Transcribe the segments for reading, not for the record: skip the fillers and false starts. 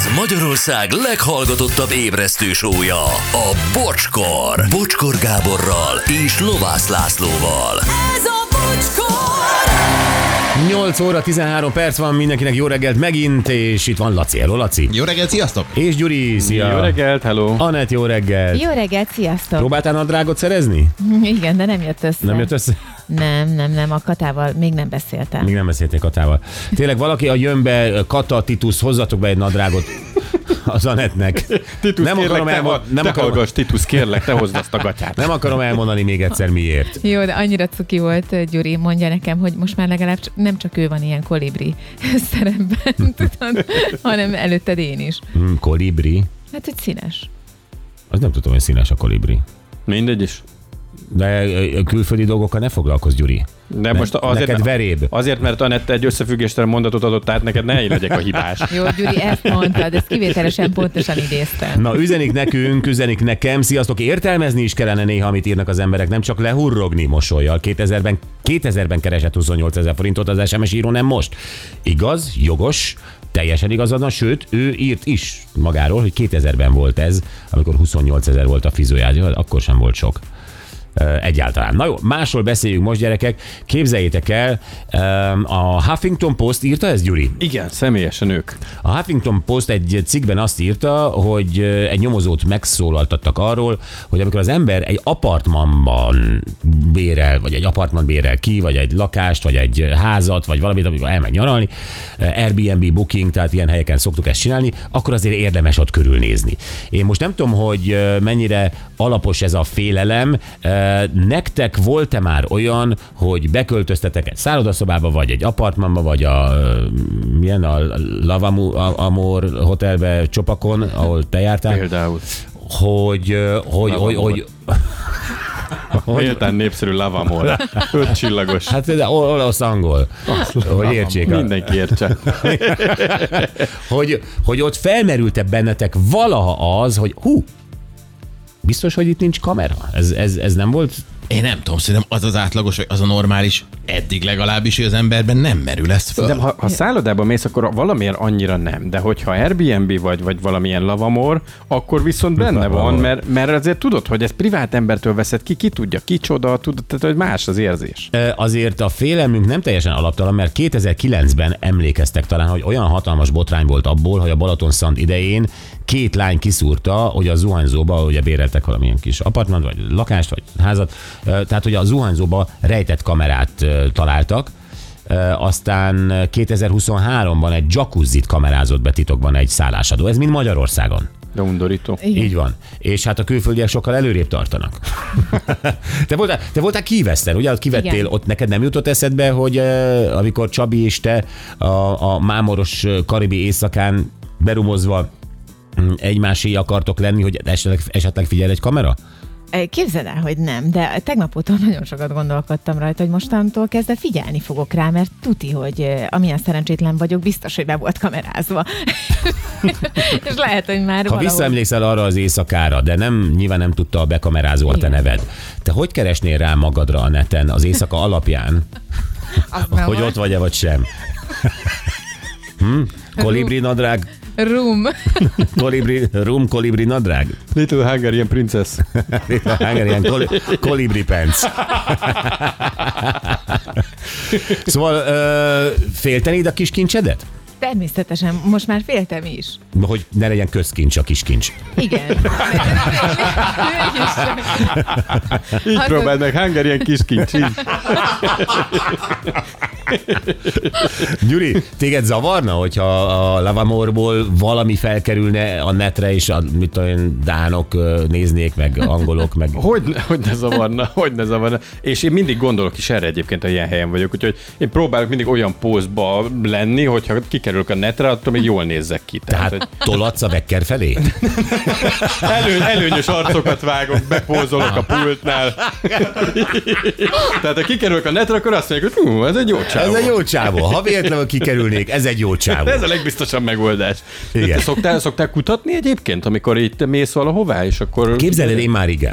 Ez Magyarország leghallgatottabb ébresztő show-ja, a Bocskor. Bocskor Gáborral és Lovász Lászlóval. Ez a Bocskor! 8 óra 13 perc van, mindenkinek jó reggelt megint, és itt van Laci. Hello, Laci. Jó reggelt, sziasztok! És Gyuri, szia. Jó reggelt, hello. Anett, jó reggelt. Jó reggelt, sziasztok! Próbáltál nadrágot szerezni? Igen, de nem jött össze. Nem jött össze? Nem, a Katával még nem beszéltem. Még nem beszélték Katával. Tényleg valaki a jönbe, Kata, Titus, hozzatok be egy nadrágot az Anettnek. Titus, nem kérlek, akarom hallgass, Titus, kérlek, te hozd azt a gatyát. Nem akarom elmondani még egyszer miért. Jó, de annyira cuki volt, Gyuri, mondja nekem, hogy most már legalább nem csak ő van ilyen kolibri szerepben, tudod, hanem előtted én is. Kolibri? Hát, hogy színes. Az nem tudom, hogy színes a kolibri. Mindegy is. De külföldi dolgokkal ne foglalkozz, Gyuri. De most azért, neked veréb. Azért, mert Anette egy összefüggéstelen mondatot adott át, neked ne én legyek a hibás. Jó, Gyuri, ezt mondtad, ezt kivételesen pontosan idéztem. Na, üzenik nekünk, üzenik nekem. Sziasztok, értelmezni is kellene néha, amit írnak az emberek, nem csak lehurrogni mosollyal. 2000-ben keresett 28 000 forintot az SMS író, nem most. Igaz, jogos, teljesen igazad van, sőt, ő írt is magáról, hogy 2000-ben volt ez, amikor 28 000 volt a fizójája, akkor sem volt sok. Egyáltalán. Na jó, másról beszéljünk most, gyerekek. Képzeljétek el, a Huffington Post írta ez, Gyuri? Igen, személyesen ők. A Huffington Post egy cikkben azt írta, hogy egy nyomozót megszólaltattak arról, hogy amikor az ember egy apartmanban bérel, vagy egy apartman bérel ki, vagy egy lakást, vagy egy házat, vagy valamit, amikor elmegy nyaralni, Airbnb booking, tehát ilyen helyeken szoktuk ezt csinálni, akkor azért érdemes ott körülnézni. Én most nem tudom, hogy mennyire alapos ez a félelem. Nektek volt-e már olyan, hogy beköltöztetek egy szállodaszobába, vagy egy apartmanba, vagy a Lavamor hotelbe Csopakon, ahol te jártál? Például. Hogy Méltán népszerű Lavamor. 5 csillagos. hát például olasz angol, hogy értsék. Mindenki értse. hogy ott felmerült-e bennetek valaha az, hogy biztos, hogy itt nincs kamera? Ez nem volt? Én nem tudom, szerintem az az átlagos, vagy az a normális, eddig legalábbis, hogy az emberben nem merül ezt föl. De ha szállodába mész, akkor valamiért annyira nem. De hogyha Airbnb vagy valamilyen Lavamor, akkor viszont benne van, mert azért tudod, hogy ez privát embertől veszed ki tudja, kicsoda, tehát hogy más az érzés. Azért a félelmünk nem teljesen alaptalan, mert 2009-ben emlékeztek talán, hogy olyan hatalmas botrány volt abból, hogy a Balatonszand idején 2 lány kiszúrta, hogy a zuhanyzóba, ugye béreltek valamilyen kis apartmant, vagy lakást, vagy házat, tehát hogy a zuhanyzóba rejtett kamerát találtak, aztán 2023-ban egy jacuzzit kamerázott be titokban egy szállásadó. Ez mind Magyarországon. De undorító. Igen. Így van. És hát a külföldiek sokkal előrébb tartanak. Te voltál Key-Westen, ugye? Ott kivettél, igen. Ott neked nem jutott eszedbe, hogy amikor Csabi és te a mámoros karibi éjszakán berumozva egymásé akartok lenni, hogy esetleg figyel egy kamera? Képzeld el, hogy nem, de tegnap óta nagyon sokat gondolkodtam rajta, hogy mostantól kezdve figyelni fogok rá, mert tuti, hogy amilyen szerencsétlen vagyok, biztos, hogy be volt kamerázva. És lehet, hogy már Ha visszaemlékszel arra az éjszakára, de nyilván nem tudta a bekamerázó a te neved. Te hogy keresnél rá magadra a neten az éjszaka alapján, hogy ott vagy-e vagy sem? Kolibri nadrág? Kolibri nadrág? Little Hungarian Princess. Little Hungarian kolibri pants. Szóval féltenéd a kis kincsedet? Természetesen, most már féltem is. Hogy ne legyen közkincs a kis kincs. Igen. Így próbáld meg, Hungarian kis kincs. Gyuri, téged zavarna, hogyha a Lavamorból valami felkerülne a netre, és mit tudom én, dánok néznék, meg angolok, meg... Hogy ne zavarna. És én mindig gondolok is erre egyébként, ha ilyen helyen vagyok, úgyhogy én próbálok mindig olyan pózba lenni, hogyha kikerülök a netre, attól még jól nézzek ki. Tehát tolatsz a vekker felé? Előnyös arcokat vágok, bepózolok a pultnál. Tehát ha kikerülök a netre, akkor azt mondják, hogy ez egy jó csávó. Ez egy jó csávó. Ha véletlenül kikerülnék, ez egy jó csávó. Ez a legbiztosabb megoldás. Igen. Szoktál kutatni egyébként, amikor itt mész valahová, és akkor... Képzeld el, én már igen.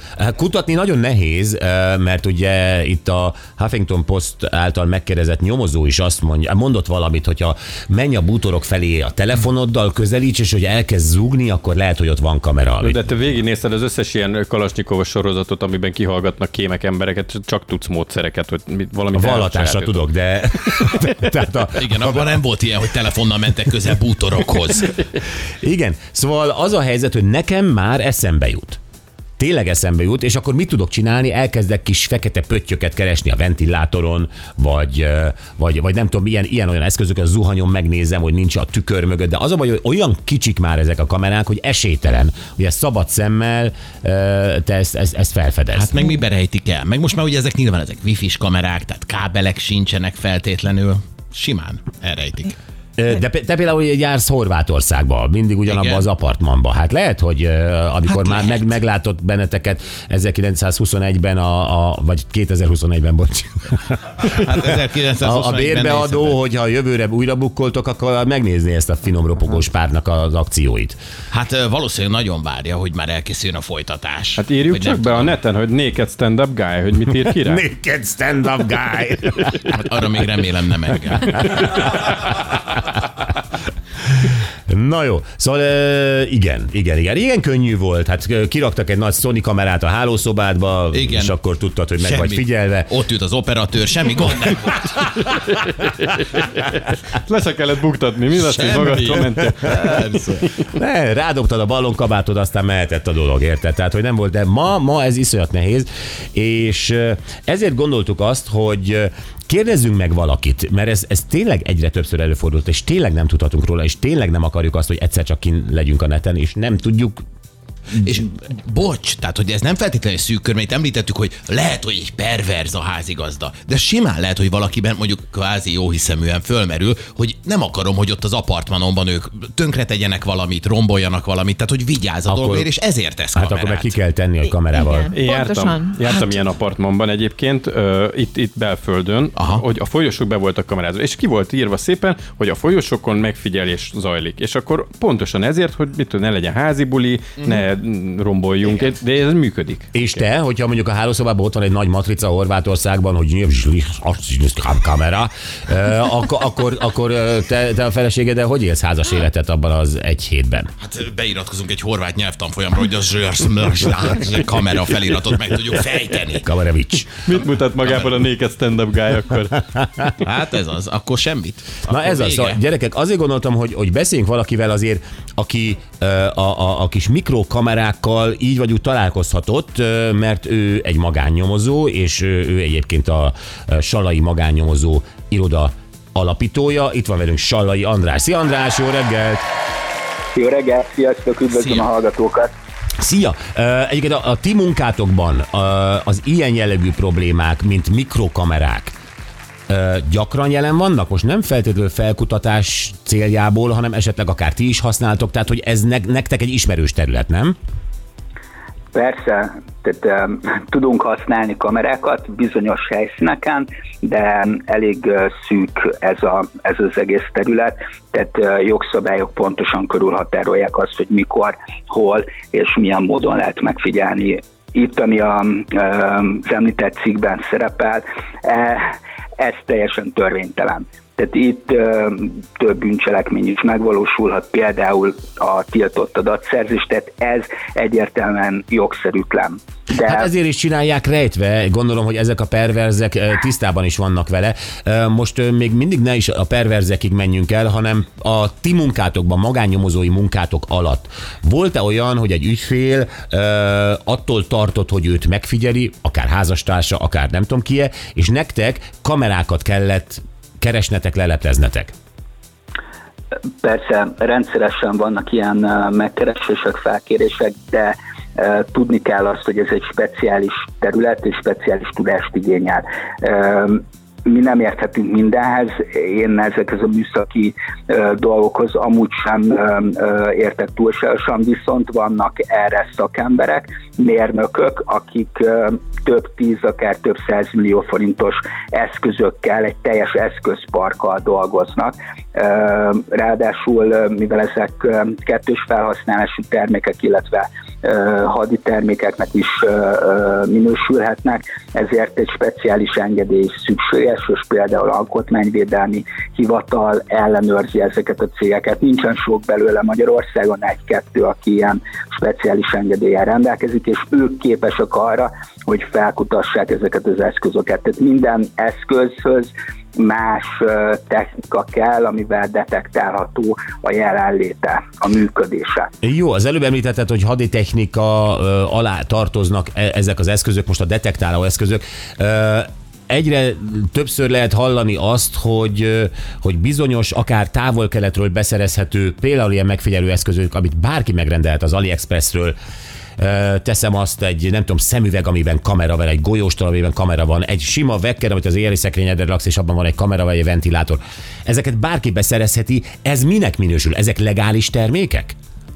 Kutatni nagyon nehéz, mert ugye itt a Huffington Post által megkérdezett nyomozó is azt mondott valamit, hogyha menj a bútorok felé a telefonoddal, közelíts, és hogy elkezd zúgni, akkor lehet, hogy ott van kamera. De te végignézted az összes ilyen Kalasnyikovos sorozatot, amiben kihallgatnak kémek embereket, csak tudsz módszereket, hogy valamit vallatásra tudok, de... Igen, abban nem volt ilyen, hogy telefonnal mentek közel bútorokhoz. Igen, szóval az a helyzet, hogy nekem már eszembe jut. Tényleg eszembe jut, és akkor mit tudok csinálni? Elkezdek kis fekete pöttyöket keresni a ventilátoron, vagy nem tudom, ilyen-olyan eszközöket, zuhanyon megnézem, hogy nincs a tükör mögött, de az a baj, hogy olyan kicsik már ezek a kamerák, hogy esélytelen, hogy ezt szabad szemmel te ezt felfedezd. Hát meg mibe rejtik el? Meg most már ugye ezek nyilván ezek wifi-s kamerák, tehát kábelek sincsenek feltétlenül, simán elrejtik. De te például jársz Horvátországba, mindig ugyanabban az apartmanban. Hát lehet, hogy amikor már meglátott benneteket 1921-ben, vagy 2021-ben, bocs. Hát 1921-ben a bérbeadó, hogyha jövőre újra bukkoltok, akkor megnézni ezt a finom ropogós párnak az akcióit. Hát valószínűleg nagyon várja, hogy már elkészüljön a folytatás. Hát írjuk csak be a neten, hogy Naked Stand-Up Guy, hogy mit ír ki rá. Naked Stand-Up Guy. Hát arra még remélem nem engem. Na jó, szóval igen, könnyű volt. Hát kiraktak egy nagy Sony kamerát a hálószobádba, igen. És akkor tudtad, hogy meg vagy figyelve. Ott ült az operatőr, semmi gond nem volt. Le se kellett buktatni, mi lesz, hogy magadra mentél? Ne, rádobtad a ballonkabátod, aztán mehetett a dolog, érted? Tehát, hogy nem volt, de ma ez iszonyat nehéz, és ezért gondoltuk azt, hogy kérdezzünk meg valakit, mert ez tényleg egyre többször előfordult, és tényleg nem tudhatunk róla, és tényleg nem akarjuk azt, hogy egyszer csak kint legyünk a neten, és nem tudjuk. És bocs, tehát hogy ez nem feltétlenül szűk kör, mert említettük, hogy lehet, hogy egy perverz a házigazda, de simán lehet, hogy valakiben mondjuk kvázi jóhiszeműen fölmerül, hogy nem akarom, hogy ott az apartmanomban ők tönkretegyenek valamit, romboljanak valamit, tehát hogy vigyázz a dolgért, és ezért tesz kamerát. Hát akkor meg ki kell tenni a kamerával. Én jártam ilyen apartmanban egyébként, itt belföldön, hogy a folyosók be voltak kamerázva, és ki volt írva szépen, hogy a folyosókon megfigyelés zajlik, és akkor pontosan ezért, hogy ne legyen házi buli, ne romboljunk, de ez működik. És te, hogyha mondjuk a hálószobában ott van egy nagy matrica Horvátországban, hogy kamera, akkor te a feleségeddel hogy élsz házas életet abban az egy hétben? Hát beiratkozunk egy horvát nyelvtanfolyamra, hogy az kamera feliratot meg tudjuk fejteni. Kameravics. Mit mutat magában a Naked Stand-Up Guy akkor? Hát ez az, akkor semmit. Na ez az, szóval, gyerekek, azért gondoltam, hogy beszéljünk valakivel azért, aki a kis mikrokamerákkal így vagy úgy találkozhatott, mert ő egy magánnyomozó, és ő egyébként a Sallai magánnyomozó iroda alapítója. Itt van velünk Sallai András. Szia András, jó reggelt! Jó reggelt, sziasztok, üdvözlöm a hallgatókat! Szia! Egyébként a ti munkátokban az ilyen jellegű problémák, mint mikrokamerák, gyakran jelen vannak? Most nem feltétlenül felkutatás céljából, hanem esetleg akár ti is használtok, tehát hogy ez nektek egy ismerős terület, nem? Persze, tehát tudunk használni kamerákat bizonyos helyszíneken, de elég szűk ez az egész terület, tehát jogszabályok pontosan körülhatárolják azt, hogy mikor, hol és milyen módon lehet megfigyelni. Itt, ami az említett cikkben szerepel, ez teljesen törvénytelen. Tehát itt több bűncselekmény is megvalósulhat, például a tiltott adatszerzés, tehát ez egyértelműen jogszerűtlen. De... Hát ezért is csinálják rejtve, gondolom, hogy ezek a perverzek tisztában is vannak vele. Most még mindig ne is a perverzekig menjünk el, hanem a ti munkátokban, magánnyomozói munkátok alatt. Volt-e olyan, hogy egy ügyfél attól tartott, hogy őt megfigyeli, akár házastársa, akár nem tudom ki-e, és nektek kamerákat kellett keresnetek, lelepleznetek? Persze, rendszeresen vannak ilyen megkeresések, felkérések, de tudni kell azt, hogy ez egy speciális terület és speciális tudást igényel. Mi nem érthetünk mindenhez, én ezekhez a műszaki dolgokhoz amúgy sem értek túlságosan, viszont vannak erre szakemberek, mérnökök, akik több 10, akár több 100 millió forintos eszközökkel, egy teljes eszközparkkal dolgoznak. Ráadásul, mivel ezek kettős felhasználású termékek, illetve haditermékeknek is minősülhetnek, ezért egy speciális engedély is szükséges, és például Alkotmányvédelmi Hivatal ellenőrzi ezeket a cégeket. Nincsen sok belőle Magyarországon, 1-2, aki ilyen speciális engedéllyel rendelkezik, és ők képesek arra, hogy felkutassák ezeket az eszközöket. Tehát minden eszközhöz más technika kell, amivel detektálható a jelenléte, a működése. Jó, az előbb említetted, hogy haditechnika alá tartoznak ezek az eszközök, most a detektáló eszközök. Egyre többször lehet hallani azt, hogy bizonyos, akár távol-keletről beszerezhető, például ilyen megfigyelő eszközök, amit bárki megrendelhet az AliExpressről, teszem azt, egy nem tudom, szemüveg, amiben kamera van, egy golyóstól, amiben kamera van, egy sima vekker, amit az éjjeli szekrényedre raksz, és abban van egy kamera vagy egy ventilátor. Ezeket bárki beszerezheti, ez minek minősül? Ezek legális termékek?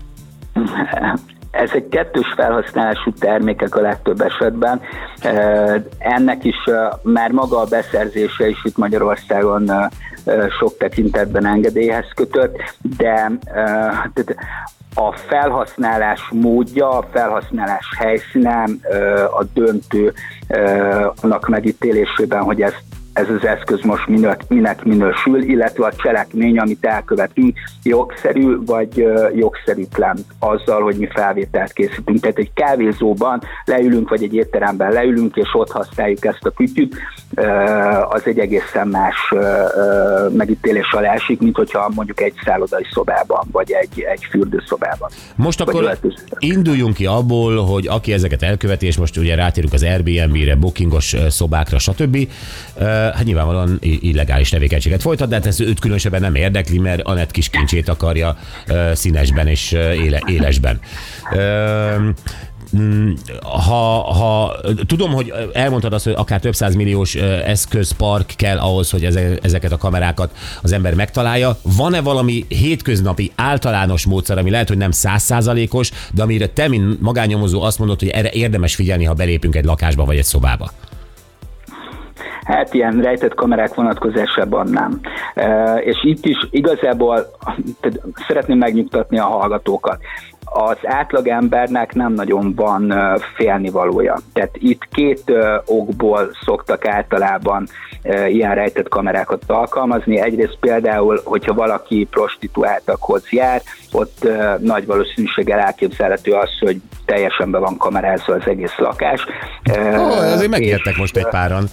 Ezek kettős felhasználású termékek a legtöbb esetben. Ennek is már maga a beszerzése is itt Magyarországon sok tekintetben engedélyhez kötött, de a felhasználás módja, a felhasználás helyszíne a döntő annak megítélésében, hogy ez az eszköz most minek minősül, illetve a cselekmény, amit elkövetünk, jogszerű vagy jogszerűtlen azzal, hogy mi felvételt készítünk. Tehát egy kávézóban leülünk, vagy egy étteremben leülünk, és ott használjuk ezt a kütyüt, az egy egészen más megítélés alá esik, mint hogyha mondjuk egy szállodai szobában, vagy egy fürdőszobában. Most akkor induljunk ki abból, hogy aki ezeket elköveti, és most ugye rátérünk az Airbnb-re, bookingos szobákra, stb. Hát nyilvánvalóan illegális tevékenységet folytat, de hát ez őt különösebben nem érdekli, mert Anett kis kincsét akarja színesben és élesben. Tudom, hogy elmondtad azt, hogy akár több százmilliós eszközpark kell ahhoz, hogy ezeket a kamerákat az ember megtalálja. Van-e valami hétköznapi általános módszer, ami lehet, hogy nem 100%-os, de amire te, mint magánnyomozó azt mondod, hogy erre érdemes figyelni, ha belépünk egy lakásba vagy egy szobába? Hát ilyen rejtett kamerák vonatkozásában nem. És itt is igazából szeretném megnyugtatni a hallgatókat. Az átlagembernek nem nagyon van félnivalója. Tehát itt két okból szoktak általában ilyen rejtett kamerákat alkalmazni. Egyrészt például, hogyha valaki prostituáltakhoz jár, ott nagy valószínűséggel elképzelhető az, hogy teljesen be van kamerázva az egész lakás. Azért megijedtek most egy páran.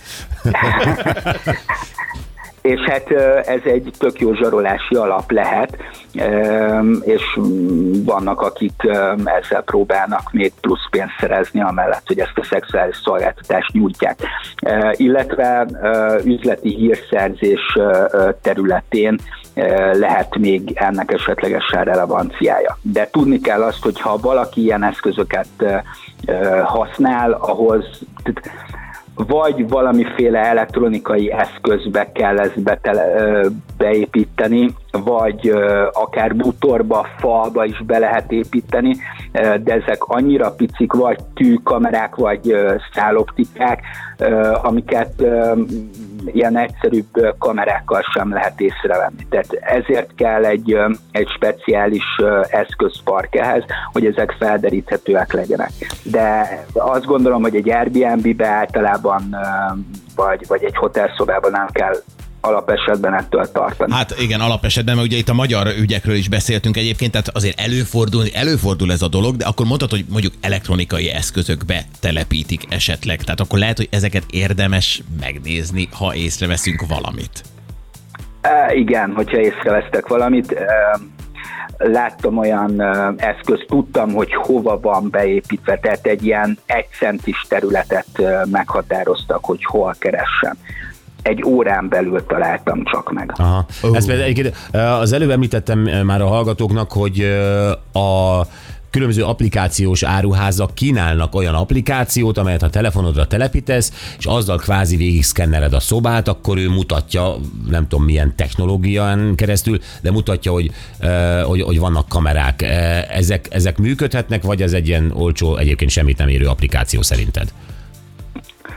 És hát ez egy tök jó zsarolási alap lehet, és vannak, akik ezzel próbálnak még plusz pénzt szerezni, amellett, hogy ezt a szexuális szolgáltatást nyújtják. Illetve üzleti hírszerzés területén lehet még ennek esetlegesen relevanciája. De tudni kell azt, hogy ha valaki ilyen eszközöket használ, ahhoz vagy valamiféle elektronikai eszközbe kell ezt beépíteni, vagy akár bútorba, falba is be lehet építeni, de ezek annyira picik, vagy tűkamerák, vagy száloptikák, amiket ilyen egyszerűbb kamerákkal sem lehet észrevenni. Tehát ezért kell egy speciális eszközpark ehhez, hogy ezek felderíthetőek legyenek. De azt gondolom, hogy egy Airbnb-be általában, vagy egy hotelszobában nem kell alapesetben ettől tartani. Hát igen, alapesetben, mert ugye itt a magyar ügyekről is beszéltünk egyébként, tehát azért előfordul ez a dolog, de akkor mondtad, hogy mondjuk elektronikai eszközökbe telepítik esetleg, tehát akkor lehet, hogy ezeket érdemes megnézni, ha észreveszünk valamit. Igen, hogyha észrevesztek valamit. Láttam olyan eszközt, tudtam, hogy hova van beépítve, tehát egy ilyen 1 centis területet meghatároztak, hogy hol keressem. Egy órán belül találtam csak meg. Aha. Ezt például az előbb említettem már a hallgatóknak, hogy a különböző applikációs áruházak kínálnak olyan applikációt, amelyet a telefonodra telepítesz, és azzal kvázi végig szkenneled a szobát, akkor ő mutatja, nem tudom milyen technológián keresztül, de mutatja, hogy vannak kamerák. Ezek működhetnek, vagy ez egy ilyen olcsó, egyébként semmit nem érő applikáció szerinted?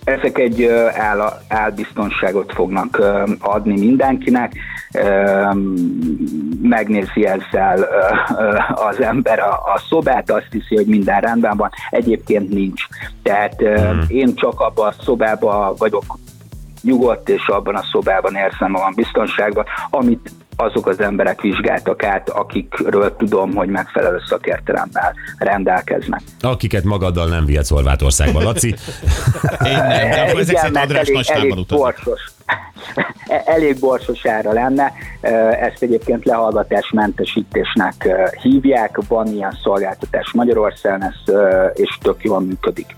Ezek egy álbiztonságot fognak adni mindenkinek, megnézi ezzel az ember a szobát, azt hiszi, hogy minden rendben van, egyébként nincs. Tehát én csak abban a szobában vagyok nyugodt, és abban a szobában érzem magam biztonságban, amit azok az emberek vizsgáltak át, akikről tudom, hogy megfelelő szakértelemmel rendelkeznek. Akiket magaddal nem vihetsz Horvátországban, Laci. Én nem, de akkor ezek szerint András nagy stárban utazik. Elég borsos ára lenne, ezt egyébként lehallgatásmentesítésnek hívják, van ilyen szolgáltatás Magyarországon, és tök jól működik.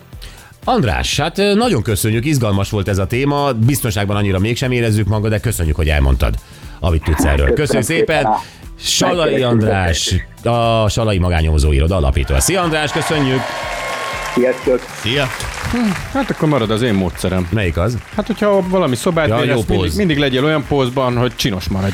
András, hát nagyon köszönjük, izgalmas volt ez a téma, biztonságban annyira mégsem érezzük magad, de köszönjük, hogy elmondtad, amit tudsz erről. Köszönjük szépen! Salai András, a Salai Magánnyomozó Iroda alapítója. Szia András, köszönjük! Sziasztok! Szia! Hát akkor marad az én módszerem. Melyik az? Hát, hogyha valami szobát Ja, jó érez, mindig legyél olyan pózban, hogy csinos maradj.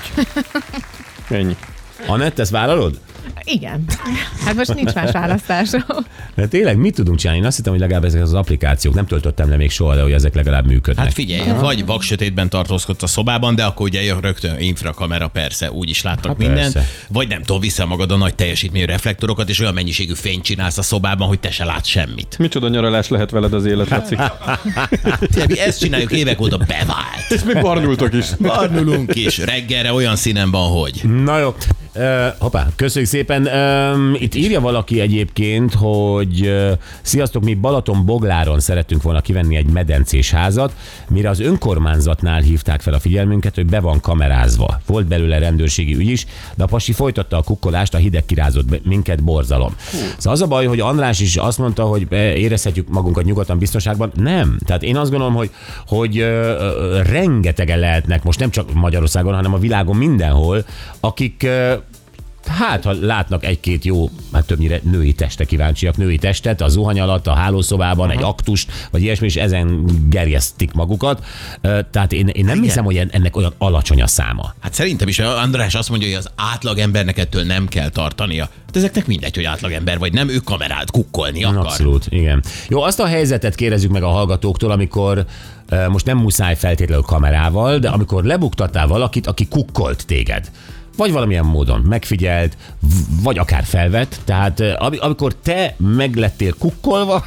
Ennyi. Anett, ezt vállalod? Igen. Hát most nincs más választásom. De tényleg mit tudunk csinálni? Én azt hittem, hogy legalább ezek az applikációk, nem töltöttem le még soha, de hogy ezek legalább működnek. Hát figyelj, vagy vaksötétben tartózkodsz a szobában, de akkor ugye rögtön infrakamera, persze, úgy is láttak Hát mindent. persze. Vagy nem tudom, vissza magad a nagy teljesítményű reflektorokat, és olyan mennyiségű fényt csinálsz a szobában, hogy te se látsz semmit. Micsoda nyaralás lehet veled az élet, Laci. Tényleg, mi ezt csináljuk évek óta, bevált. És még barnultok is. Barnulunk is, reggelre olyan színen van, hogy. Na jó. Hoppá, köszönjük szépen. Itt írja valaki egyébként, hogy sziasztok, mi Balaton-Bogláron szerettünk volna kivenni egy medencés házat, mire az önkormányzatnál hívták fel a figyelmünket, hogy be van kamerázva. Volt belőle rendőrségi ügy is, de a pasi folytatta a kukkolást, a hideg kirázott minket, borzalom. Szóval az a baj, hogy András is azt mondta, hogy érezhetjük magunkat nyugodtan, biztonságban. Nem. Tehát én azt gondolom, hogy rengetegen lehetnek most nem csak Magyarországon, hanem a világon mindenhol, akik hát, ha látnak egy-két jó, hát többnyire női testre kíváncsiak, női testet, a zuhany alatt, a hálószobában, egy aktust, vagy ilyesmi, és ezen gerjesztik magukat. Tehát én nem hiszem, hogy ennek olyan alacsony a száma. Hát szerintem is András azt mondja, hogy az átlag embernek ettől nem kell tartania. De ezeknek mindegy, hogy átlagember vagy nem, ő kamerált kukkolni akar. Abszolút, igen. Jó, azt a helyzetet kérdezzük meg a hallgatóktól, amikor most nem muszáj feltétlenül kamerával, de amikor lebuktattál valakit, aki kukkolt téged. Vagy valamilyen módon megfigyelt, vagy akár felvett, tehát amikor te meglettél kukkolva,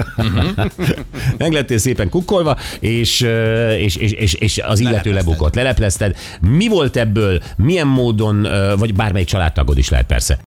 meglettél szépen kukkolva, és az illető lebukott, leleplezted. Mi volt ebből, milyen módon, vagy bármelyik családtagod is lehet persze.